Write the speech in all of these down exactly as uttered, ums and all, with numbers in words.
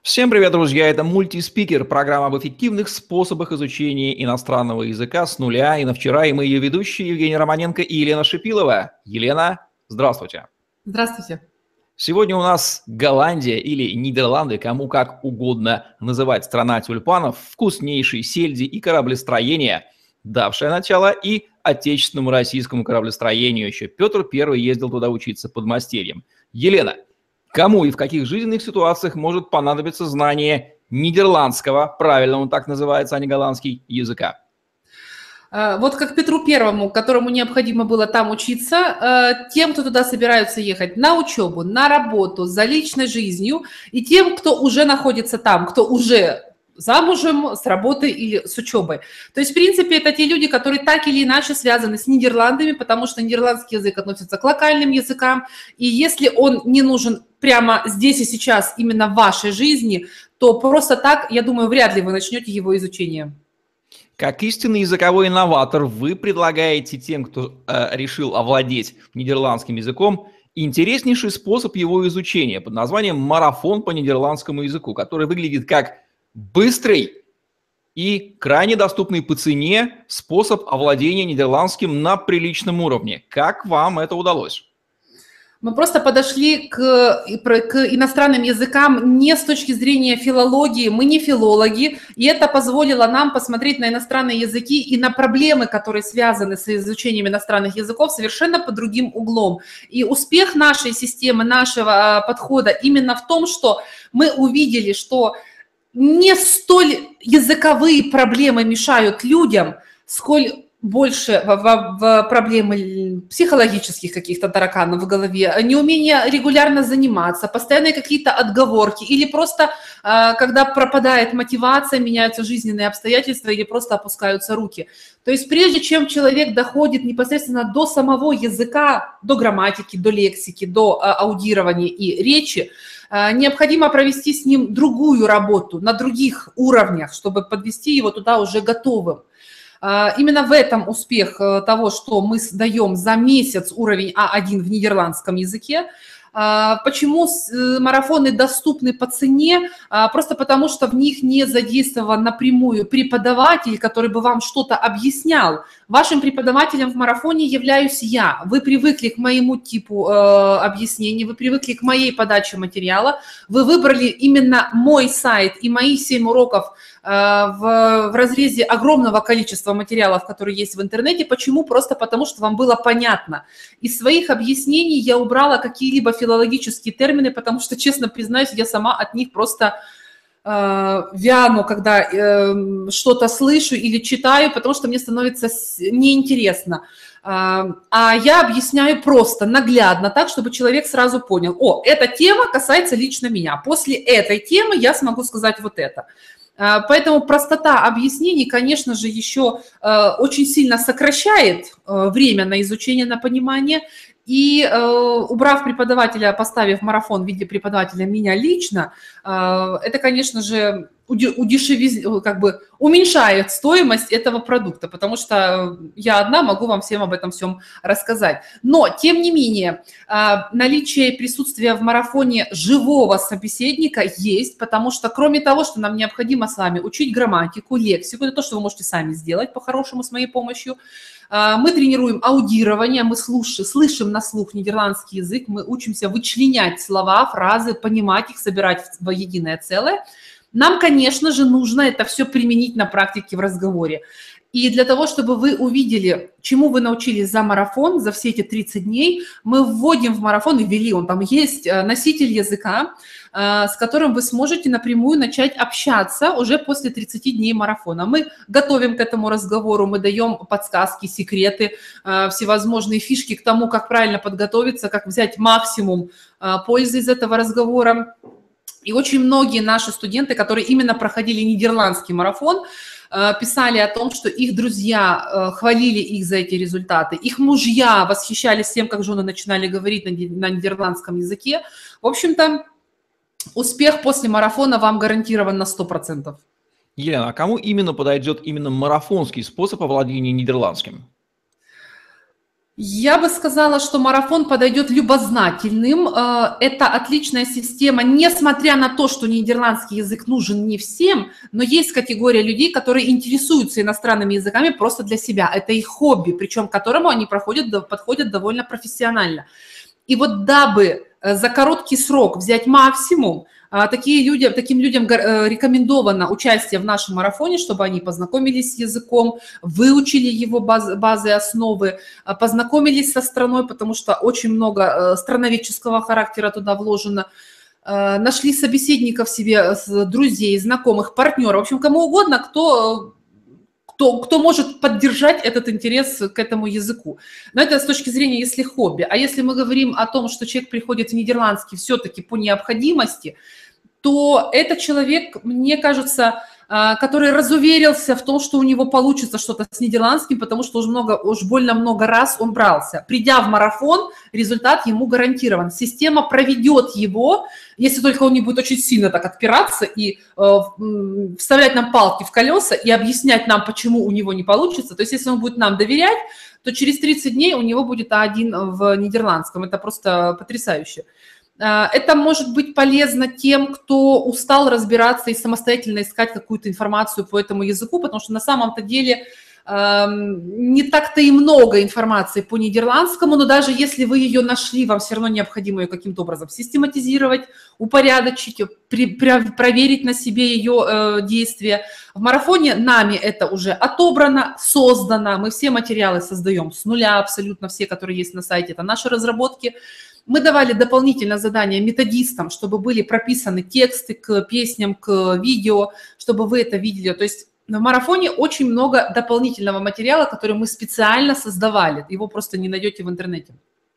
Всем привет, друзья! Это мультиспикер, программа об эффективных способах изучения иностранного языка с нуля. И на вчера и мы ее ведущие Евгений Романенко и Елена Шипилова. Елена, здравствуйте. Здравствуйте. Сегодня у нас Голландия или Нидерланды, кому как угодно называть, страна тюльпанов, вкуснейшей сельди и кораблестроения, давшая начало и отечественному российскому кораблестроению. Еще Петр Первый ездил туда учиться подмастерьем. Елена, кому и в каких жизненных ситуациях может понадобиться знание нидерландского, правильно он так называется, а не голландский, языка? Вот как Петру Первому, которому необходимо было там учиться, тем, кто туда собираются ехать на учебу, на работу, за личной жизнью, и тем, кто уже находится там, кто уже замужем, с работой или с учебой. То есть, в принципе, это те люди, которые так или иначе связаны с Нидерландами, потому что нидерландский язык относится к локальным языкам, и если он не нужен прямо здесь и сейчас, именно в вашей жизни, то просто так, я думаю, вряд ли вы начнете его изучение. Как истинный языковой инноватор, вы предлагаете тем, кто э, решил овладеть нидерландским языком, интереснейший способ его изучения под названием «Марафон по нидерландскому языку», который выглядит как быстрый и крайне доступный по цене способ овладения нидерландским на приличном уровне. Как вам это удалось? Мы просто подошли к, к иностранным языкам не с точки зрения филологии, мы не филологи, и это позволило нам посмотреть на иностранные языки и на проблемы, которые связаны с изучением иностранных языков, совершенно под другим углом. И успех нашей системы, нашего подхода именно в том, что мы увидели, что не столь языковые проблемы мешают людям, сколь больше в, в, в проблемы психологических каких-то тараканов в голове, неумение регулярно заниматься, постоянные какие-то отговорки или просто, когда пропадает мотивация, меняются жизненные обстоятельства или просто опускаются руки. То есть прежде чем человек доходит непосредственно до самого языка, до грамматики, до лексики, до аудирования и речи, необходимо провести с ним другую работу на других уровнях, чтобы подвести его туда уже готовым. Именно в этом успех того, что мы даем за месяц уровень А один в нидерландском языке. Почему марафоны доступны по цене? Просто потому, что в них не задействован напрямую преподаватель, который бы вам что-то объяснял. Вашим преподавателем в марафоне являюсь я. Вы привыкли к моему типу объяснений, вы привыкли к моей подаче материала, вы выбрали именно мой сайт и мои семь уроков в, в разрезе огромного количества материалов, которые есть в интернете. Почему? Просто потому, что вам было понятно. Из своих объяснений я убрала какие-либо филологические термины, потому что, честно признаюсь, я сама от них просто э, вяну, когда э, что-то слышу или читаю, потому что мне становится неинтересно. Э, а я объясняю просто, наглядно, так, чтобы человек сразу понял: о, эта тема касается лично меня. После этой темы я смогу сказать вот это. Поэтому простота объяснений, конечно же, еще э, очень сильно сокращает э, время на изучение, на понимание. И э, убрав преподавателя, поставив марафон в виде преподавателя меня лично, э, это, конечно же, удешевит, как бы уменьшает стоимость этого продукта, потому что я одна могу вам всем об этом всем рассказать. Но, тем не менее, наличие и присутствие в марафоне живого собеседника есть, потому что кроме того, что нам необходимо с вами учить грамматику, лексику, это то, что вы можете сами сделать по-хорошему с моей помощью, мы тренируем аудирование, мы слушаем, слышим на слух нидерландский язык, мы учимся вычленять слова, фразы, понимать их, собирать в единое целое. Нам, конечно же, нужно это все применить на практике в разговоре. И для того, чтобы вы увидели, чему вы научились за марафон, за все эти тридцать дней, мы вводим в марафон, и ввели, он там есть, носитель языка, с которым вы сможете напрямую начать общаться уже после тридцати дней марафона. Мы готовим к этому разговору, мы даем подсказки, секреты, всевозможные фишки к тому, как правильно подготовиться, как взять максимум пользы из этого разговора. И очень многие наши студенты, которые именно проходили нидерландский марафон, писали о том, что их друзья хвалили их за эти результаты, их мужья восхищались тем, как жены начинали говорить на нидерландском языке. В общем-то, успех после марафона вам гарантирован на сто процентов. Елена, а кому именно подойдет именно марафонский способ овладения нидерландским? Я бы сказала, что марафон подойдет любознательным. Э, Это отличная система, несмотря на то, что нидерландский язык нужен не всем, но есть категория людей, которые интересуются иностранными языками просто для себя. Это их хобби, причем к которому они проходят, подходят довольно профессионально. И вот дабы за короткий срок взять максимум, такие люди, таким людям рекомендовано участие в нашем марафоне, чтобы они познакомились с языком, выучили его базы, базы основы, познакомились со страной, потому что очень много страноведческого характера туда вложено, нашли собеседников себе, друзей, знакомых, партнеров, в общем, кому угодно, кто... Кто, кто может поддержать этот интерес к этому языку. Но это с точки зрения, если хобби. А если мы говорим о том, что человек приходит в нидерландский все-таки по необходимости, то это человек, мне кажется, который разуверился в том, что у него получится что-то с нидерландским, потому что уж, много, уж больно много раз он брался. Придя в марафон, результат ему гарантирован. Система проведет его, если только он не будет очень сильно так отпираться и э, вставлять нам палки в колеса и объяснять нам, почему у него не получится. То есть если он будет нам доверять, то через тридцать дней у него будет а один в нидерландском. Это просто потрясающе. Это может быть полезно тем, кто устал разбираться и самостоятельно искать какую-то информацию по этому языку, потому что на самом-то деле э, не так-то и много информации по нидерландскому, но даже если вы ее нашли, вам все равно необходимо ее каким-то образом систематизировать, упорядочить, при, при, проверить на себе ее э, действия. В марафоне нами это уже отобрано, создано, мы все материалы создаем с нуля, абсолютно все, которые есть на сайте, это наши разработки. Мы давали дополнительное задание методистам, чтобы были прописаны тексты к песням, к видео, чтобы вы это видели. То есть в марафоне очень много дополнительного материала, который мы специально создавали. Его просто не найдете в интернете.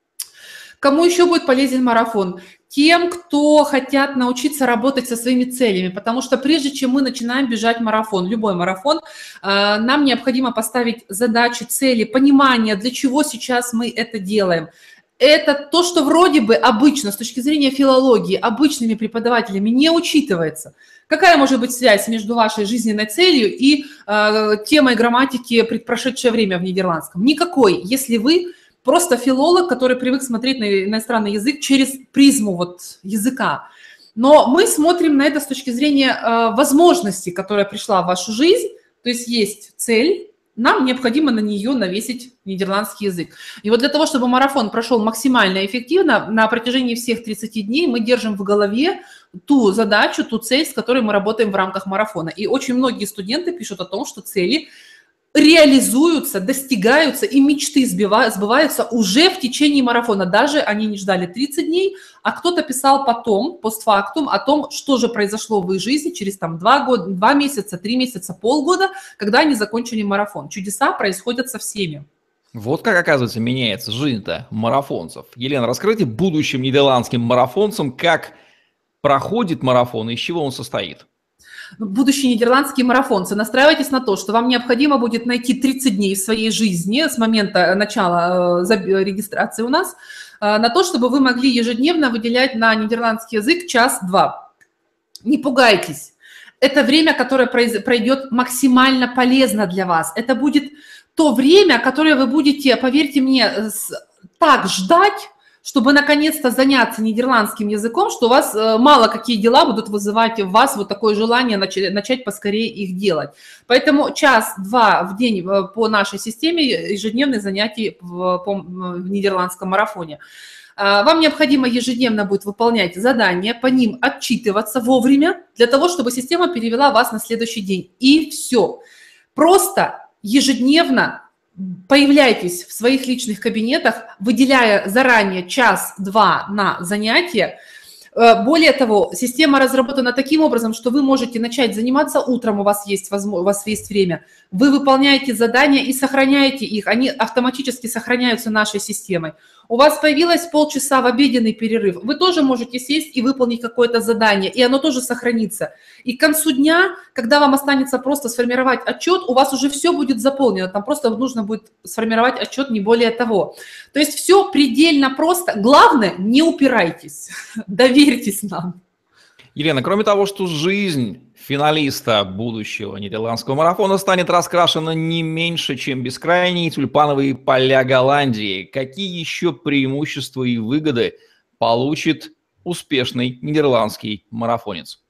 Кому еще будет полезен марафон? Тем, кто хотят научиться работать со своими целями, потому что прежде чем мы начинаем бежать марафон, любой марафон, нам необходимо поставить задачи, цели, понимание, для чего сейчас мы это делаем. Это то, что вроде бы обычно, с точки зрения филологии, обычными преподавателями не учитывается. Какая может быть связь между вашей жизненной целью и э, темой грамматики предпрошедшее время в нидерландском? Никакой, если вы просто филолог, который привык смотреть на иностранный язык через призму вот языка. Но мы смотрим на это с точки зрения э, возможности, которая пришла в вашу жизнь, то есть есть цель, нам необходимо на нее навесить нидерландский язык. И вот для того, чтобы марафон прошел максимально эффективно, на протяжении всех тридцати дней мы держим в голове ту задачу, ту цель, с которой мы работаем в рамках марафона. И очень многие студенты пишут о том, что цели реализуются, достигаются, и мечты сбываются уже в течение марафона. Даже они не ждали тридцать дней, а кто-то писал потом, постфактум, о том, что же произошло в их жизни через там два года, два месяца, три месяца, полгода, когда они закончили марафон. Чудеса происходят со всеми. Вот как, оказывается, меняется жизнь-то марафонцев. Елена, расскажите будущим нидерландским марафонцам, как проходит марафон и из чего он состоит. Будущие нидерландские марафонцы, настраивайтесь на то, что вам необходимо будет найти тридцать дней в своей жизни с момента начала регистрации у нас, на то, чтобы вы могли ежедневно выделять на нидерландский язык час-два. Не пугайтесь. Это время, которое пройдет максимально полезно для вас. Это будет то время, которое вы будете, поверьте мне, так ждать, чтобы наконец-то заняться нидерландским языком, что у вас мало какие дела будут вызывать в вас вот такое желание начать, начать поскорее их делать. Поэтому час-два в день по нашей системе ежедневных занятий в, по, в нидерландском марафоне. Вам необходимо ежедневно будет выполнять задания, по ним отчитываться вовремя, для того, чтобы система перевела вас на следующий день. И все. Просто ежедневно появляйтесь в своих личных кабинетах, выделяя заранее час-два на занятия. Более того, система разработана таким образом, что вы можете начать заниматься утром, у вас есть, возможно, у вас есть время. Вы выполняете задания и сохраняете их, они автоматически сохраняются нашей системой. У вас появилось полчаса в обеденный перерыв, вы тоже можете сесть и выполнить какое-то задание, и оно тоже сохранится. И к концу дня, когда вам останется просто сформировать отчет, у вас уже все будет заполнено, там просто нужно будет сформировать отчет, не более того. То есть все предельно просто. Главное, не упирайтесь, доверьтесь нам. Елена, кроме того, что жизнь финалиста будущего нидерландского марафона станет раскрашена не меньше, чем бескрайние тюльпановые поля Голландии, какие еще преимущества и выгоды получит успешный нидерландский марафонец?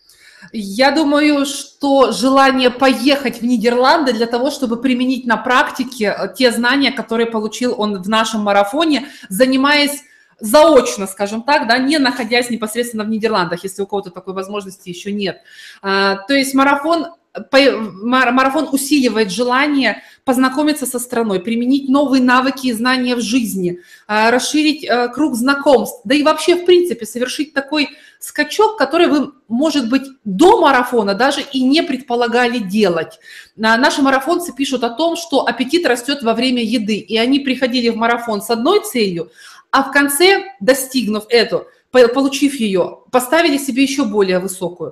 Я думаю, что желание поехать в Нидерланды для того, чтобы применить на практике те знания, которые получил он в нашем марафоне, занимаясь заочно, скажем так, да, не находясь непосредственно в Нидерландах, если у кого-то такой возможности еще нет. То есть марафон, марафон усиливает желание познакомиться со страной, применить новые навыки и знания в жизни, расширить круг знакомств, да и вообще, в принципе, совершить такой скачок, который вы, может быть, до марафона даже и не предполагали делать. Наши марафонцы пишут о том, что аппетит растет во время еды, и они приходили в марафон с одной целью, а в конце, достигнув эту, получив ее, поставили себе еще более высокую.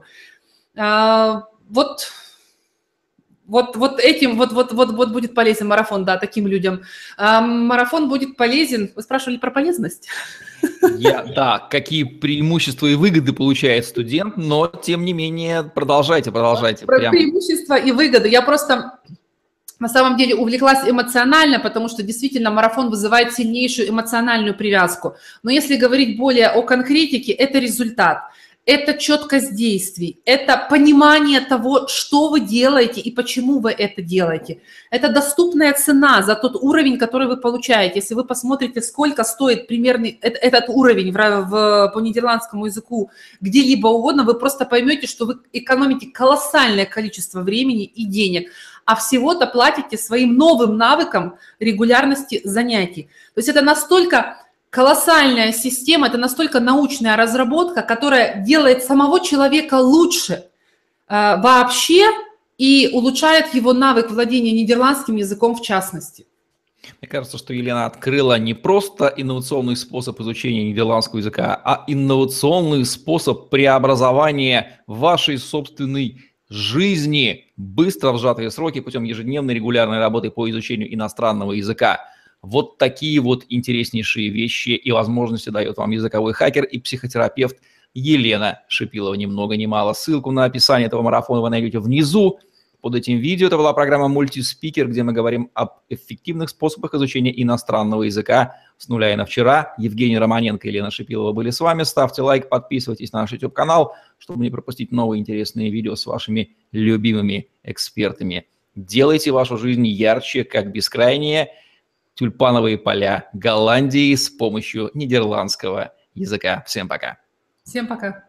Вот... Вот, вот этим вот, вот, вот, вот будет полезен марафон, да, таким людям. А марафон будет полезен. Вы спрашивали про полезность? Я, да, какие преимущества и выгоды получает студент, но тем не менее продолжайте, продолжайте. Про Прям... преимущества и выгоды. Я просто на самом деле увлеклась эмоционально, потому что действительно марафон вызывает сильнейшую эмоциональную привязку. Но если говорить более о конкретике, это результат. Это четкость действий, это понимание того, что вы делаете и почему вы это делаете. Это доступная цена за тот уровень, который вы получаете. Если вы посмотрите, сколько стоит примерный этот уровень в, в, по нидерландскому языку где-либо угодно, вы просто поймете, что вы экономите колоссальное количество времени и денег, а всего-то платите своим новым навыкам регулярности занятий. То есть это настолько... колоссальная система, это настолько научная разработка, которая делает самого человека лучше э, вообще и улучшает его навык владения нидерландским языком в частности. Мне кажется, что Елена открыла не просто инновационный способ изучения нидерландского языка, а инновационный способ преобразования вашей собственной жизни быстро в сжатые сроки путем ежедневной регулярной работы по изучению иностранного языка. Вот такие вот интереснейшие вещи и возможности дает вам языковой хакер и психотерапевт Елена Шипилова. Ни много ни мало. Ссылку на описание этого марафона вы найдете внизу под этим видео. Это была программа «Мультиспикер», где мы говорим об эффективных способах изучения иностранного языка с нуля и на вчера. Евгений Романенко и Елена Шипилова были с вами. Ставьте лайк, подписывайтесь на наш YouTube-канал, чтобы не пропустить новые интересные видео с вашими любимыми экспертами. Делайте вашу жизнь ярче, как бескрайние тюльпановые поля Голландии с помощью нидерландского языка. Всем пока. Всем пока.